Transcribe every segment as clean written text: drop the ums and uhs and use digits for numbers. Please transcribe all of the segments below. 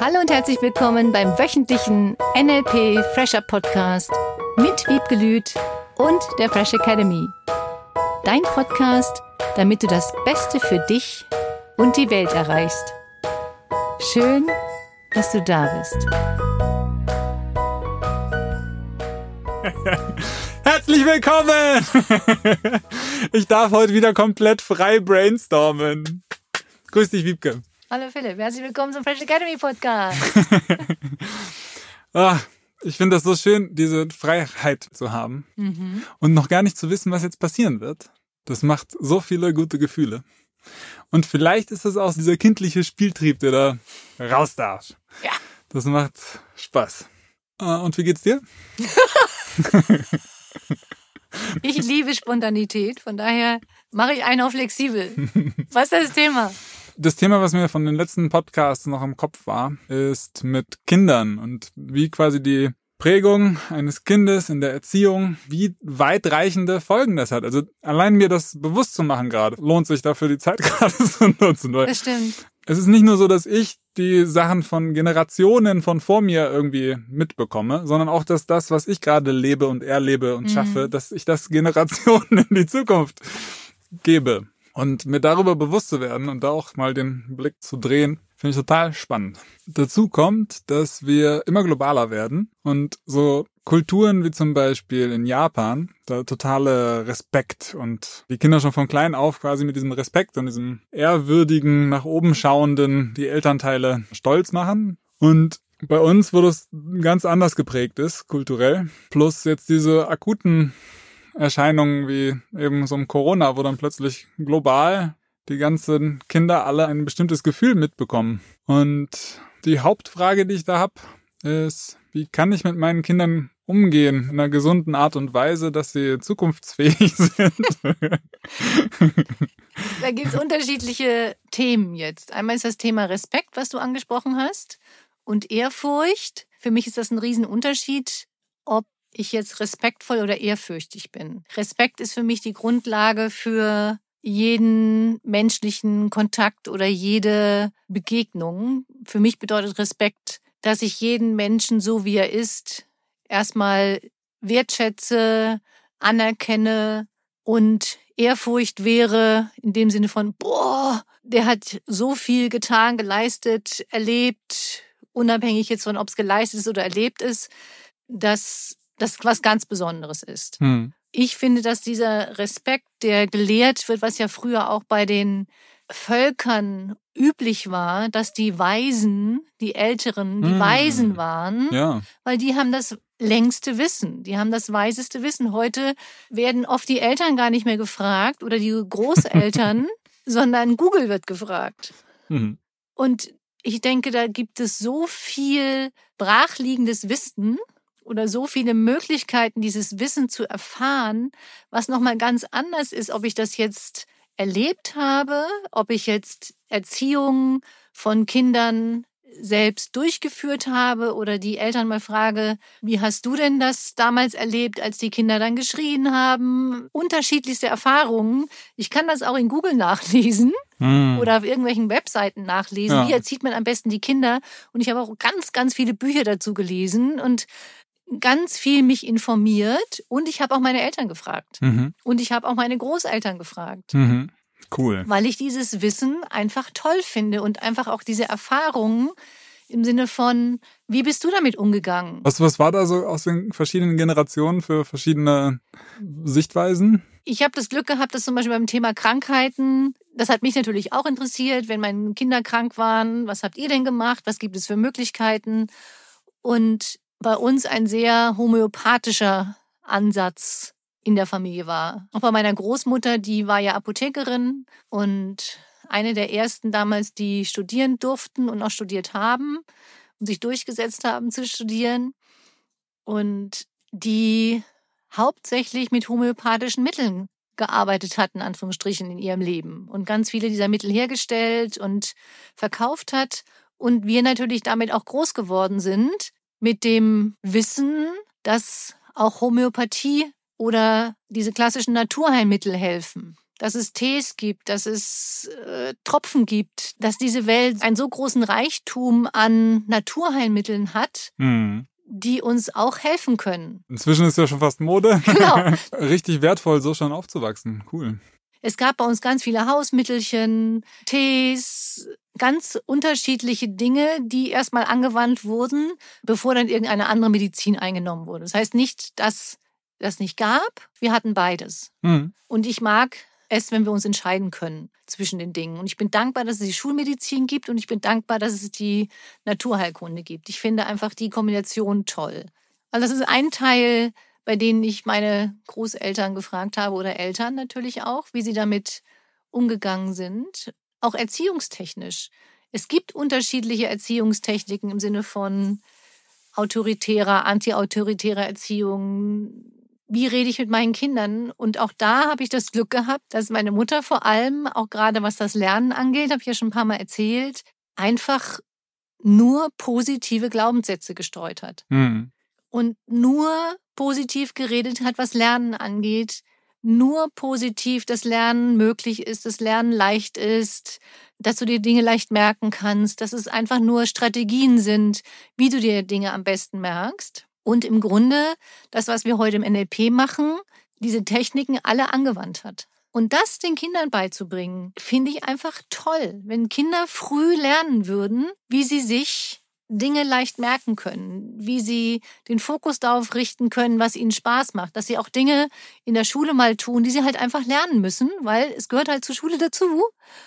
Hallo und herzlich willkommen beim wöchentlichen NLP Fresher Podcast mit Wiebke Lüth und der Fresh Academy. Dein Podcast, damit du das Beste für dich und die Welt erreichst. Schön, dass du da bist. Herzlich willkommen! Ich darf heute wieder komplett frei brainstormen. Grüß dich, Wiebke. Hallo Philipp, herzlich willkommen zum Fresh Academy Podcast. Ich finde das so schön, diese Freiheit zu haben und noch gar nicht zu wissen, was jetzt passieren wird. Das macht so viele gute Gefühle. Und vielleicht ist das auch dieser kindliche Spieltrieb, der da raus darf. Ja. Das macht Spaß. Und wie geht's dir? Ich liebe Spontanität, von daher mache ich einen auf flexibel. Was ist das Thema? Das Thema, was mir von den letzten Podcasts noch im Kopf war, ist mit Kindern und wie quasi die Prägung eines Kindes in der Erziehung, wie weitreichende Folgen das hat. Also allein mir das bewusst zu machen gerade, lohnt sich dafür die Zeit gerade zu nutzen. Das stimmt. Es ist nicht nur so, dass ich die Sachen von Generationen von vor mir irgendwie mitbekomme, sondern auch, dass das, was ich gerade lebe und erlebe und schaffe, dass ich das Generationen in die Zukunft gebe. Und mir darüber bewusst zu werden und da auch mal den Blick zu drehen, finde ich total spannend. Dazu kommt, dass wir immer globaler werden und so Kulturen wie zum Beispiel in Japan, da totale Respekt und die Kinder schon von klein auf quasi mit diesem Respekt und diesem ehrwürdigen, nach oben schauenden, die Elternteile stolz machen. Und bei uns, wo das ganz anders geprägt ist, kulturell, plus jetzt diese akuten Erscheinungen wie eben so ein Corona, wo dann plötzlich global die ganzen Kinder alle ein bestimmtes Gefühl mitbekommen. Und die Hauptfrage, die ich da habe, ist, wie kann ich mit meinen Kindern umgehen in einer gesunden Art und Weise, dass sie zukunftsfähig sind? Da gibt es unterschiedliche Themen jetzt. Einmal ist das Thema Respekt, was du angesprochen hast, und Ehrfurcht. Für mich ist das ein Riesenunterschied, ob ich jetzt respektvoll oder ehrfürchtig bin. Respekt ist für mich die Grundlage für jeden menschlichen Kontakt oder jede Begegnung. Für mich bedeutet Respekt, dass ich jeden Menschen so wie er ist, erstmal wertschätze, anerkenne, und Ehrfurcht wäre in dem Sinne von, der hat so viel getan, geleistet, erlebt, unabhängig jetzt von, ob es geleistet ist oder erlebt ist, dass das was ganz Besonderes ist. Ich finde, dass dieser Respekt, der gelehrt wird, was ja früher auch bei den Völkern üblich war, dass die Weisen, die Älteren, die Weisen waren, weil die haben das längste Wissen, die haben das weiseste Wissen. Heute werden oft die Eltern gar nicht mehr gefragt oder die Großeltern, sondern Google wird gefragt. Und ich denke, da gibt es so viel brachliegendes Wissen oder so viele Möglichkeiten, dieses Wissen zu erfahren, was nochmal ganz anders ist, ob ich das jetzt erlebt habe, ob ich jetzt Erziehung von Kindern selbst durchgeführt habe oder die Eltern mal frage, wie hast du denn das damals erlebt, als die Kinder dann geschrien haben? Unterschiedlichste Erfahrungen. Ich kann das auch in Google nachlesen oder auf irgendwelchen Webseiten nachlesen. Ja. Wie erzieht man am besten die Kinder? Und ich habe auch ganz, ganz viele Bücher dazu gelesen und ganz viel mich informiert, und ich habe auch meine Eltern gefragt. Und ich habe auch meine Großeltern gefragt. Cool. Weil ich dieses Wissen einfach toll finde und einfach auch diese Erfahrungen im Sinne von, wie bist du damit umgegangen? Was war da so aus den verschiedenen Generationen für verschiedene Sichtweisen? Ich habe das Glück gehabt, dass zum Beispiel beim Thema Krankheiten, das hat mich natürlich auch interessiert, wenn meine Kinder krank waren, was habt ihr denn gemacht? Was gibt es für Möglichkeiten? Und bei uns ein sehr homöopathischer Ansatz in der Familie war. Auch bei meiner Großmutter, die war ja Apothekerin und eine der ersten damals, die studieren durften und auch studiert haben und sich durchgesetzt haben zu studieren, und die hauptsächlich mit homöopathischen Mitteln gearbeitet hat, in Anführungsstrichen, in ihrem Leben und ganz viele dieser Mittel hergestellt und verkauft hat, und wir natürlich damit auch groß geworden sind mit dem Wissen, dass auch Homöopathie oder diese klassischen Naturheilmittel helfen. dass es Tees gibt, dass es Tropfen gibt, dass diese Welt einen so großen Reichtum an Naturheilmitteln hat, die uns auch helfen können. Inzwischen ist ja schon fast Mode. Genau. Richtig wertvoll, so schon aufzuwachsen. Cool. Es gab bei uns ganz viele Hausmittelchen, Tees, ganz unterschiedliche Dinge, die erstmal angewandt wurden, bevor dann irgendeine andere Medizin eingenommen wurde. Das heißt nicht, dass das nicht gab. Wir hatten beides. Und ich mag es, wenn wir uns entscheiden können zwischen den Dingen. Und ich bin dankbar, dass es die Schulmedizin gibt und ich bin dankbar, dass es die Naturheilkunde gibt. Ich finde einfach die Kombination toll. Also das ist ein Teil, bei denen ich meine Großeltern gefragt habe oder Eltern natürlich auch, wie sie damit umgegangen sind. Auch erziehungstechnisch. Es gibt unterschiedliche Erziehungstechniken im Sinne von autoritärer, antiautoritärer Erziehung. Wie rede ich mit meinen Kindern? Und auch da habe ich das Glück gehabt, dass meine Mutter vor allem, auch gerade was das Lernen angeht, habe ich ja schon ein paar Mal erzählt, einfach nur positive Glaubenssätze gestreut hat. Und nur positiv geredet hat, was Lernen angeht. Nur positiv das Lernen möglich ist, das Lernen leicht ist, dass du dir Dinge leicht merken kannst, dass es einfach nur Strategien sind, wie du dir Dinge am besten merkst. Und im Grunde, das, was wir heute im NLP machen, diese Techniken alle angewandt hat. Und das den Kindern beizubringen, finde ich einfach toll. Wenn Kinder früh lernen würden, wie sie sich Dinge leicht merken können, wie sie den Fokus darauf richten können, was ihnen Spaß macht, dass sie auch Dinge in der Schule mal tun, die sie halt einfach lernen müssen, weil es gehört halt zur Schule dazu.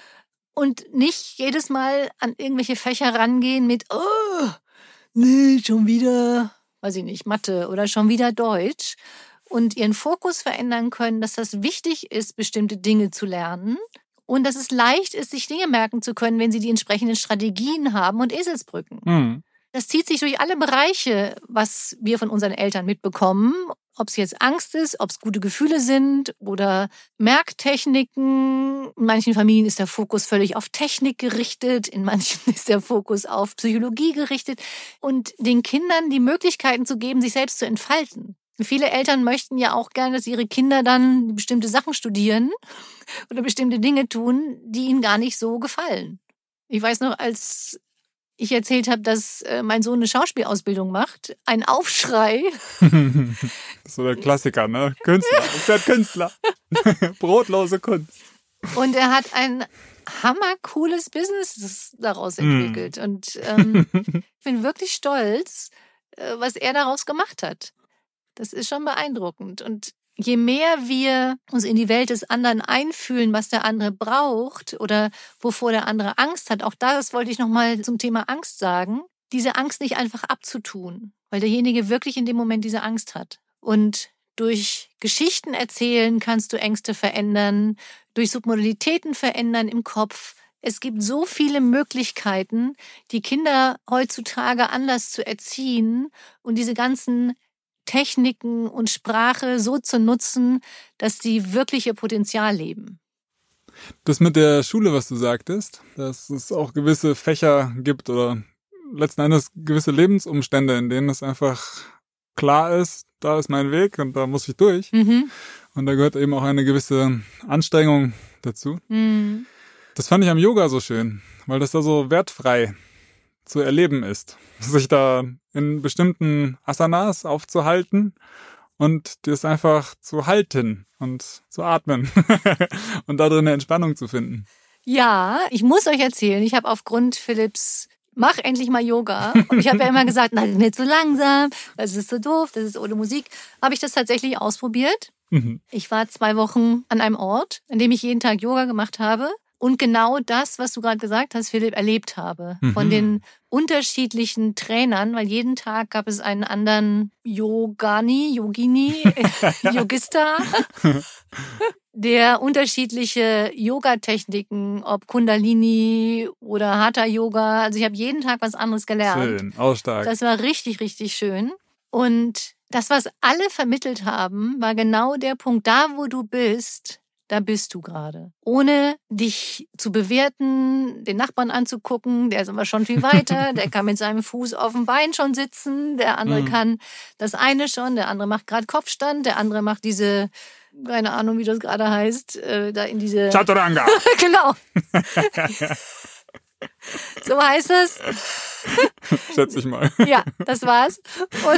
Und nicht jedes Mal an irgendwelche Fächer rangehen mit, oh, nee, schon wieder, weiß ich nicht, Mathe oder schon wieder Deutsch. Und ihren Fokus verändern können, dass das wichtig ist, bestimmte Dinge zu lernen. Und dass es leicht ist, sich Dinge merken zu können, wenn sie die entsprechenden Strategien haben und Eselsbrücken. Das zieht sich durch alle Bereiche, was wir von unseren Eltern mitbekommen. Ob es jetzt Angst ist, ob es gute Gefühle sind oder Merktechniken. In manchen Familien ist der Fokus völlig auf Technik gerichtet, in manchen ist der Fokus auf Psychologie gerichtet. Und den Kindern die Möglichkeiten zu geben, sich selbst zu entfalten. Viele Eltern möchten ja auch gerne, dass ihre Kinder dann bestimmte Sachen studieren oder bestimmte Dinge tun, die ihnen gar nicht so gefallen. Ich weiß noch, als ich erzählt habe, dass mein Sohn eine Schauspielausbildung macht, ein Aufschrei. Das ist so der Klassiker, ne? Künstler, ich werde Künstler. Brotlose Kunst. Und er hat ein hammercooles Business daraus entwickelt. Und ich bin wirklich stolz, was er daraus gemacht hat. Das ist schon beeindruckend. Und je mehr wir uns in die Welt des anderen einfühlen, was der andere braucht oder wovor der andere Angst hat, auch das wollte ich nochmal zum Thema Angst sagen, diese Angst nicht einfach abzutun, weil derjenige wirklich in dem Moment diese Angst hat. Und durch Geschichten erzählen kannst du Ängste verändern, durch Submodalitäten verändern im Kopf. Es gibt so viele Möglichkeiten, die Kinder heutzutage anders zu erziehen und diese ganzen Techniken und Sprache so zu nutzen, dass sie wirklich ihr Potenzial leben. Das mit der Schule, was du sagtest, dass es auch gewisse Fächer gibt oder letzten Endes gewisse Lebensumstände, in denen es einfach klar ist, da ist mein Weg und da muss ich durch. Und da gehört eben auch eine gewisse Anstrengung dazu. Das fand ich am Yoga so schön, weil das da so wertfrei zu erleben ist. Sich da in bestimmten Asanas aufzuhalten und das einfach zu halten und zu atmen und da drin eine Entspannung zu finden. Ja, ich muss euch erzählen, ich habe aufgrund Philipps mach endlich mal Yoga. Und ich habe ja immer gesagt, nein, nicht so langsam, das ist so doof, das ist ohne Musik. Habe ich das tatsächlich ausprobiert. Ich war 2 Wochen an einem Ort, an dem ich jeden Tag Yoga gemacht habe. Und genau das, was du gerade gesagt hast, Philipp, erlebt habe. Von den unterschiedlichen Trainern, weil jeden Tag gab es einen anderen Yogini, Yogista, der unterschiedliche Yoga-Techniken, ob Kundalini oder Hatha-Yoga, also ich habe jeden Tag was anderes gelernt. Schön, auch stark. Das war richtig, richtig schön. Und das, was alle vermittelt haben, war genau der Punkt, da wo du bist, da bist du gerade. Ohne dich zu bewerten, den Nachbarn anzugucken, der ist aber schon viel weiter, der kann mit seinem Fuß auf dem Bein schon sitzen, der andere kann das eine schon, der andere macht gerade Kopfstand, der andere macht diese keine Ahnung, wie das gerade heißt, da in diese... Chaturanga. Genau. So heißt es. Schätze ich mal. Ja, das war's. Und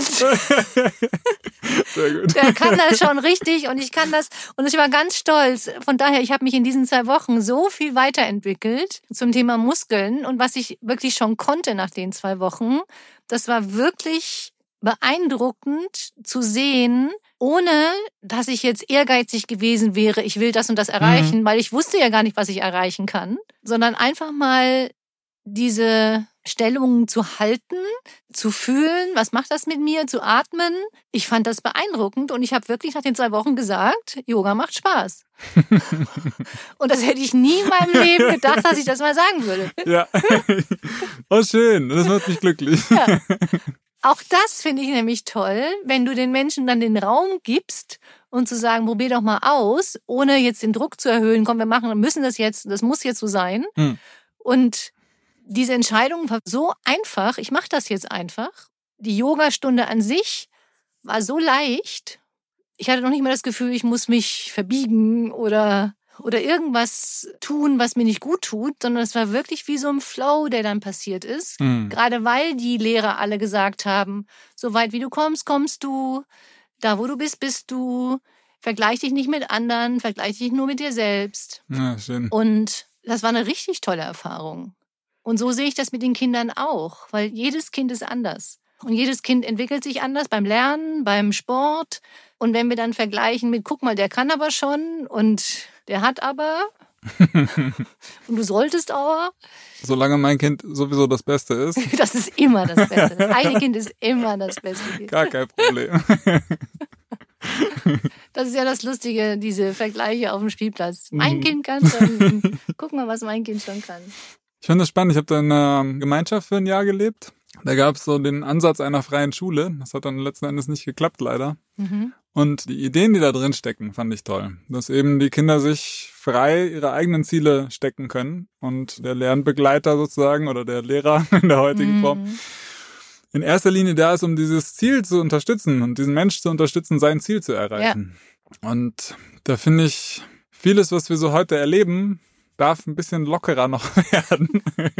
sehr gut. der kann das schon richtig und ich kann das. Und ich war ganz stolz. Von daher, ich habe mich in diesen 2 Wochen so viel weiterentwickelt zum Thema Muskeln. Und was ich wirklich schon konnte nach den 2 Wochen, das war wirklich beeindruckend zu sehen, ohne dass ich jetzt ehrgeizig gewesen wäre, ich will das und das erreichen, weil ich wusste ja gar nicht, was ich erreichen kann, sondern einfach mal diese Stellungen zu halten, zu fühlen, was macht das mit mir, zu atmen. Ich fand das beeindruckend und ich habe wirklich nach den 2 Wochen gesagt, Yoga macht Spaß. Und das hätte ich nie in meinem Leben gedacht, dass ich das mal sagen würde. Ja. Oh, schön. Das macht mich glücklich. Ja. Auch das finde ich nämlich toll, wenn du den Menschen dann den Raum gibst und zu sagen, probier doch mal aus, ohne jetzt den Druck zu erhöhen, komm, wir müssen das jetzt, das muss jetzt so sein. Und diese Entscheidung war so einfach, ich mache das jetzt einfach. Die Yogastunde an sich war so leicht. Ich hatte noch nicht mal das Gefühl, ich muss mich verbiegen oder irgendwas tun, was mir nicht gut tut, sondern es war wirklich wie so ein Flow, der dann passiert ist. Gerade weil die Lehrer alle gesagt haben, so weit wie du kommst, kommst du. Da, wo du bist, bist du. Vergleich dich nicht mit anderen, vergleich dich nur mit dir selbst. Ja, schön. Und das war eine richtig tolle Erfahrung. Und so sehe ich das mit den Kindern auch, weil jedes Kind ist anders. Und jedes Kind entwickelt sich anders beim Lernen, beim Sport. Und wenn wir dann vergleichen mit, guck mal, der kann aber schon und der hat aber und du solltest aber. Solange mein Kind sowieso das Beste ist. Das ist immer das Beste. Das eine Kind ist immer das beste Kind. Gar kein Problem. Das ist ja das Lustige, diese Vergleiche auf dem Spielplatz. Mein Kind kann schon. Guck mal, was mein Kind schon kann. Ich finde das spannend. Ich habe da in einer Gemeinschaft für ein Jahr gelebt. Da gab es so den Ansatz einer freien Schule. Das hat dann letzten Endes nicht geklappt, leider. Und die Ideen, die da drin stecken, fand ich toll. Dass eben die Kinder sich frei ihre eigenen Ziele stecken können und der Lernbegleiter sozusagen oder der Lehrer in der heutigen Form in erster Linie da ist, um dieses Ziel zu unterstützen und diesen Mensch zu unterstützen, sein Ziel zu erreichen. Ja. Und da finde ich, vieles, was wir so heute erleben, darf ein bisschen lockerer noch werden.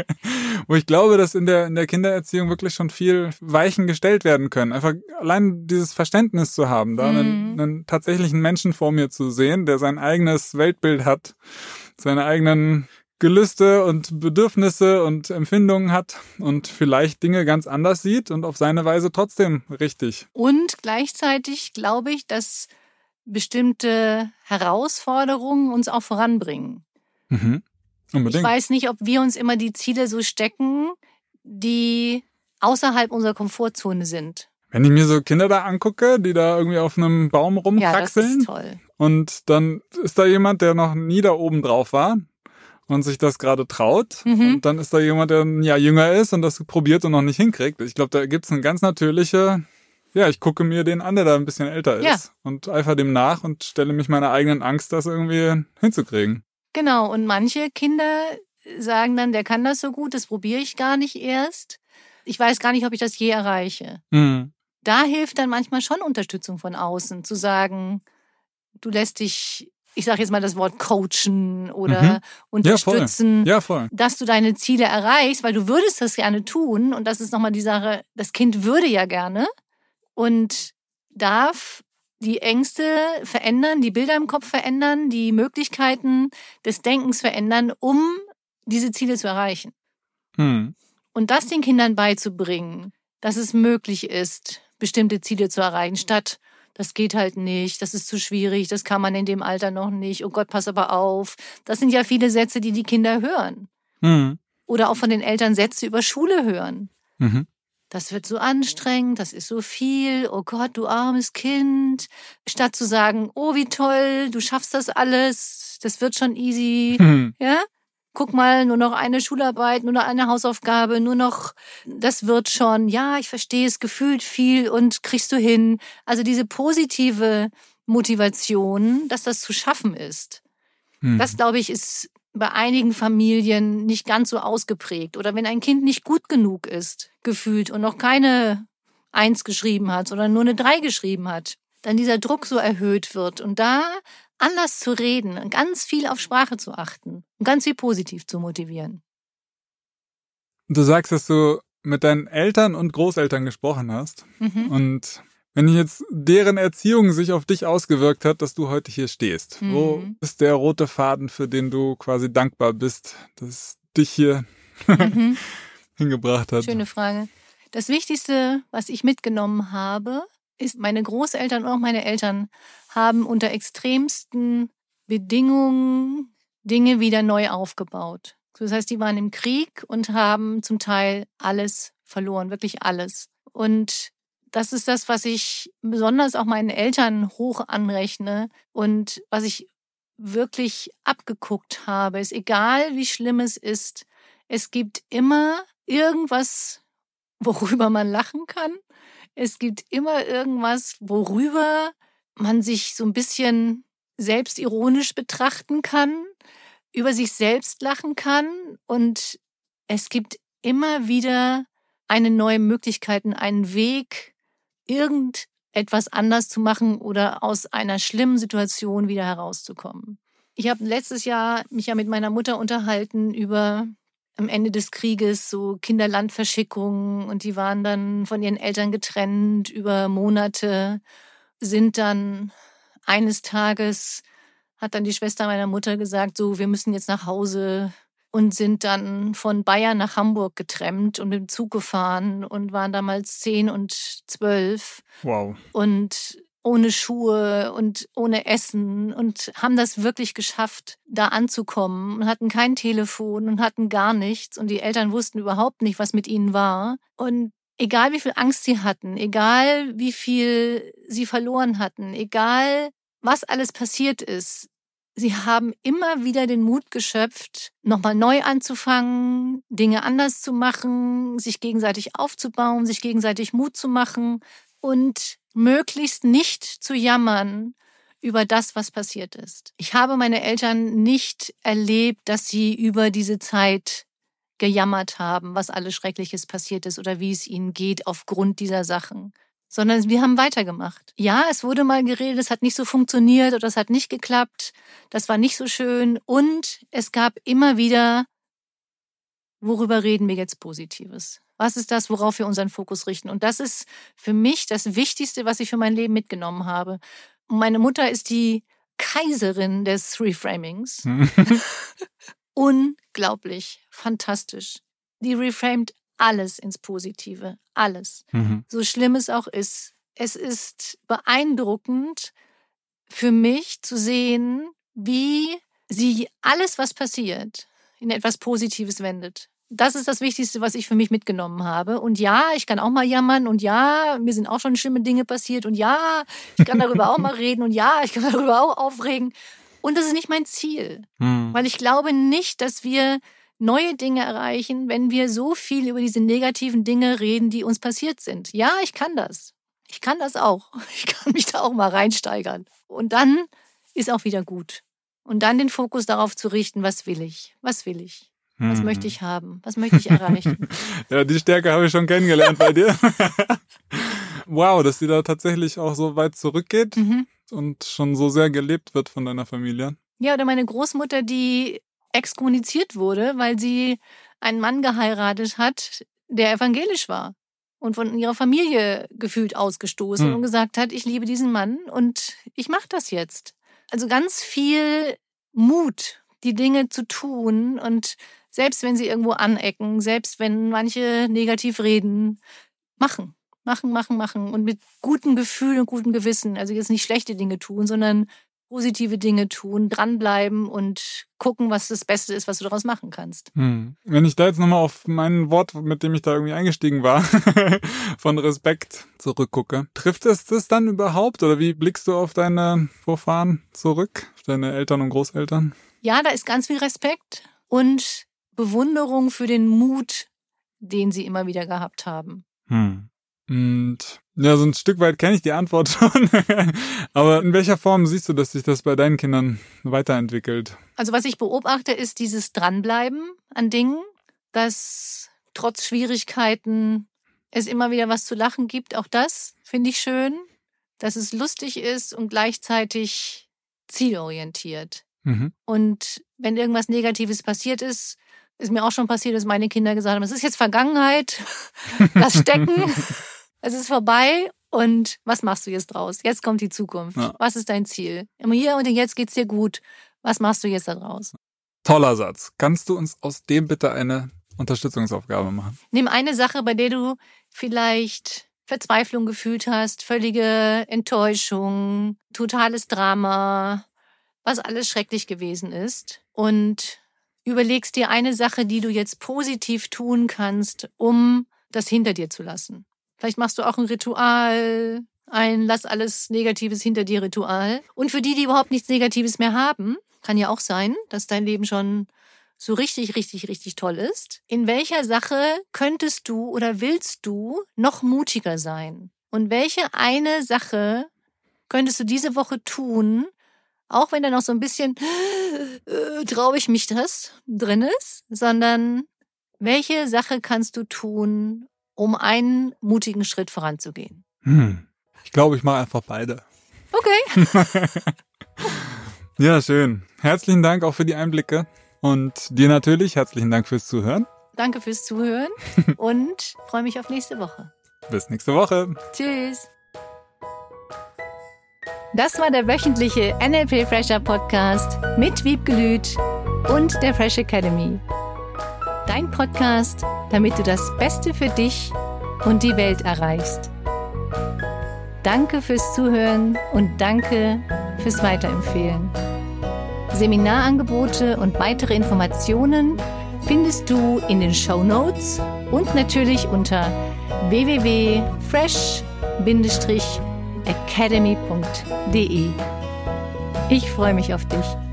Wo ich glaube, dass in der Kindererziehung wirklich schon viel Weichen gestellt werden können. Einfach allein dieses Verständnis zu haben, da einen tatsächlichen Menschen vor mir zu sehen, der sein eigenes Weltbild hat, seine eigenen Gelüste und Bedürfnisse und Empfindungen hat und vielleicht Dinge ganz anders sieht und auf seine Weise trotzdem richtig. Und gleichzeitig glaube ich, dass bestimmte Herausforderungen uns auch voranbringen. Unbedingt. Ich weiß nicht, ob wir uns immer die Ziele so stecken, die außerhalb unserer Komfortzone sind. Wenn ich mir so Kinder da angucke, die da irgendwie auf einem Baum rumkraxeln. Ja, das ist toll. Und dann ist da jemand, der noch nie da oben drauf war und sich das gerade traut. Und dann ist da jemand, der ein Jahr jünger ist und das probiert und noch nicht hinkriegt. Ich glaube, da gibt's eine ganz natürliche, ich gucke mir den an, der da ein bisschen älter ist und eifere dem nach und stelle mich meiner eigenen Angst, das irgendwie hinzukriegen. Genau, und manche Kinder sagen dann, der kann das so gut, das probiere ich gar nicht erst. Ich weiß gar nicht, ob ich das je erreiche. Da hilft dann manchmal schon Unterstützung von außen, zu sagen, du lässt dich, ich sage jetzt mal das Wort coachen oder unterstützen, voll. Dass du deine Ziele erreichst, weil du würdest das gerne tun. Und das ist nochmal die Sache, das Kind würde ja gerne und darf die Ängste verändern, die Bilder im Kopf verändern, die Möglichkeiten des Denkens verändern, um diese Ziele zu erreichen. Und das den Kindern beizubringen, dass es möglich ist, bestimmte Ziele zu erreichen, statt, das geht halt nicht, das ist zu schwierig, das kann man in dem Alter noch nicht, oh Gott, pass aber auf. Das sind ja viele Sätze, die die Kinder hören. Oder auch von den Eltern Sätze über Schule hören. Das wird so anstrengend, das ist so viel, oh Gott, du armes Kind. Statt zu sagen, oh wie toll, du schaffst das alles, das wird schon easy. Ja? Guck mal, nur noch eine Schularbeit, nur noch eine Hausaufgabe, nur noch, das wird schon, ja, ich verstehe es, gefühlt viel und kriegst du hin. Also diese positive Motivation, dass das zu schaffen ist. Das, glaube ich, ist bei einigen Familien nicht ganz so ausgeprägt. Oder wenn ein Kind nicht gut genug ist, gefühlt, und noch keine 1 geschrieben hat, sondern nur eine 3 geschrieben hat, dann dieser Druck so erhöht wird und da anders zu reden und ganz viel auf Sprache zu achten und ganz viel positiv zu motivieren. Du sagst, dass du mit deinen Eltern und Großeltern gesprochen hast. Und wenn jetzt deren Erziehung sich auf dich ausgewirkt hat, dass du heute hier stehst, wo ist der rote Faden, für den du quasi dankbar bist, dass dich hier hingebracht hat? Schöne Frage. Das Wichtigste, was ich mitgenommen habe, ist, meine Großeltern und auch meine Eltern haben unter extremsten Bedingungen Dinge wieder neu aufgebaut. Das heißt, die waren im Krieg und haben zum Teil alles verloren, wirklich alles. Und das ist das, was ich besonders auch meinen Eltern hoch anrechne und was ich wirklich abgeguckt habe, ist, egal wie schlimm es ist, es gibt immer irgendwas, worüber man lachen kann. Es gibt immer irgendwas, worüber man sich so ein bisschen selbstironisch betrachten kann, über sich selbst lachen kann. Und es gibt immer wieder eine neue Möglichkeit, einen Weg, irgendetwas anders zu machen oder aus einer schlimmen Situation wieder herauszukommen. Ich habe letztes Jahr mich ja mit meiner Mutter unterhalten über am Ende des Krieges so Kinderlandverschickungen und die waren dann von ihren Eltern getrennt über Monate, sind dann eines Tages, hat dann die Schwester meiner Mutter gesagt, so, wir müssen jetzt nach Hause und sind dann von Bayern nach Hamburg getrennt und mit dem Zug gefahren und waren damals 10 und 12. Wow. Und ohne Schuhe und ohne Essen und haben das wirklich geschafft, da anzukommen und hatten kein Telefon und hatten gar nichts und die Eltern wussten überhaupt nicht, was mit ihnen war. Und egal wie viel Angst sie hatten, egal wie viel sie verloren hatten, egal was alles passiert ist, sie haben immer wieder den Mut geschöpft, nochmal neu anzufangen, Dinge anders zu machen, sich gegenseitig aufzubauen, sich gegenseitig Mut zu machen und möglichst nicht zu jammern über das, was passiert ist. Ich habe meine Eltern nicht erlebt, dass sie über diese Zeit gejammert haben, was alles Schreckliches passiert ist oder wie es ihnen geht aufgrund dieser Sachen, sondern wir haben weitergemacht. Ja, es wurde mal geredet, es hat nicht so funktioniert oder es hat nicht geklappt, das war nicht so schön und es gab immer wieder, worüber reden wir jetzt Positives? Was ist das, worauf wir unseren Fokus richten? Und das ist für mich das Wichtigste, was ich für mein Leben mitgenommen habe. Und meine Mutter ist die Kaiserin des Reframings. Unglaublich, fantastisch. Die reframed alles ins Positive, alles. So schlimm es auch ist. Es ist beeindruckend für mich zu sehen, wie sie alles, was passiert, in etwas Positives wendet. Das ist das Wichtigste, was ich für mich mitgenommen habe. Und ja, ich kann auch mal jammern und ja, mir sind auch schon schlimme Dinge passiert und ja, ich kann darüber auch mal reden und ja, ich kann darüber auch aufregen. Und das ist nicht mein Ziel, weil ich glaube nicht, dass wir neue Dinge erreichen, wenn wir so viel über diese negativen Dinge reden, die uns passiert sind. Ja, ich kann das. Ich kann das auch. Ich kann mich da auch mal reinsteigern. Und dann ist auch wieder gut. Und dann den Fokus darauf zu richten, was will ich? Was will ich? Was möchte ich haben? Was möchte ich erreichen? Ja, die Stärke habe ich schon kennengelernt bei dir. Wow, dass die da tatsächlich auch so weit zurückgeht und schon so sehr gelebt wird von deiner Familie. Ja, oder meine Großmutter, die exkommuniziert wurde, weil sie einen Mann geheiratet hat, der evangelisch war und von ihrer Familie gefühlt ausgestoßen und gesagt hat, ich liebe diesen Mann und ich mache das jetzt. Also ganz viel Mut, die Dinge zu tun und selbst wenn sie irgendwo anecken, selbst wenn manche negativ reden, machen und mit gutem Gefühl und gutem Gewissen. Also jetzt nicht schlechte Dinge tun, sondern positive Dinge tun, dranbleiben und gucken, was das Beste ist, was du daraus machen kannst. Wenn ich da jetzt nochmal auf mein Wort, mit dem ich da irgendwie eingestiegen war, von Respekt zurückgucke, trifft es das dann überhaupt oder wie blickst du auf deine Vorfahren zurück, auf deine Eltern und Großeltern? Ja, da ist ganz viel Respekt und Bewunderung für den Mut, den sie immer wieder gehabt haben. Und ja, so ein Stück weit kenne ich die Antwort schon. Aber in welcher Form siehst du, dass sich das bei deinen Kindern weiterentwickelt? Also was ich beobachte, ist dieses Dranbleiben an Dingen, dass trotz Schwierigkeiten es immer wieder was zu lachen gibt. Auch das finde ich schön. dass es lustig ist und gleichzeitig zielorientiert. Mhm. Und wenn irgendwas Negatives passiert ist mir auch schon passiert, dass meine Kinder gesagt haben, es ist jetzt Vergangenheit, lass stecken, es ist vorbei und was machst du jetzt draus? Jetzt kommt die Zukunft. Ja. Was ist dein Ziel? Im Hier und Jetzt geht's dir gut. Was machst du jetzt da draus? Toller Satz. Kannst du uns aus dem bitte eine Unterstützungsaufgabe machen? Nimm eine Sache, bei der du vielleicht Verzweiflung gefühlt hast, völlige Enttäuschung, totales Drama, was alles schrecklich gewesen ist und überlegst dir eine Sache, die du jetzt positiv tun kannst, um das hinter dir zu lassen. Vielleicht machst du auch ein Ritual, ein Lass alles Negatives hinter dir Ritual. Und für die überhaupt nichts Negatives mehr haben, kann ja auch sein, dass dein Leben schon so richtig, richtig, richtig toll ist. In welcher Sache könntest du oder willst du noch mutiger sein? Und welche eine Sache könntest du diese Woche tun, auch wenn da noch so ein bisschen traue ich mich das drin ist, sondern welche Sache kannst du tun, um einen mutigen Schritt voranzugehen? Ich glaube, ich mache einfach beide. Okay. Ja, schön. Herzlichen Dank auch für die Einblicke und dir natürlich herzlichen Dank fürs Zuhören. Danke fürs Zuhören und freue mich auf nächste Woche. Bis nächste Woche. Tschüss. Das war der wöchentliche NLP Fresher Podcast mit Wiebke Lüth und der Fresh Academy. Dein Podcast, damit du das Beste für dich und die Welt erreichst. Danke fürs Zuhören und danke fürs Weiterempfehlen. Seminarangebote und weitere Informationen findest du in den Shownotes und natürlich unter www.fresh-academy.de. Ich freue mich auf dich.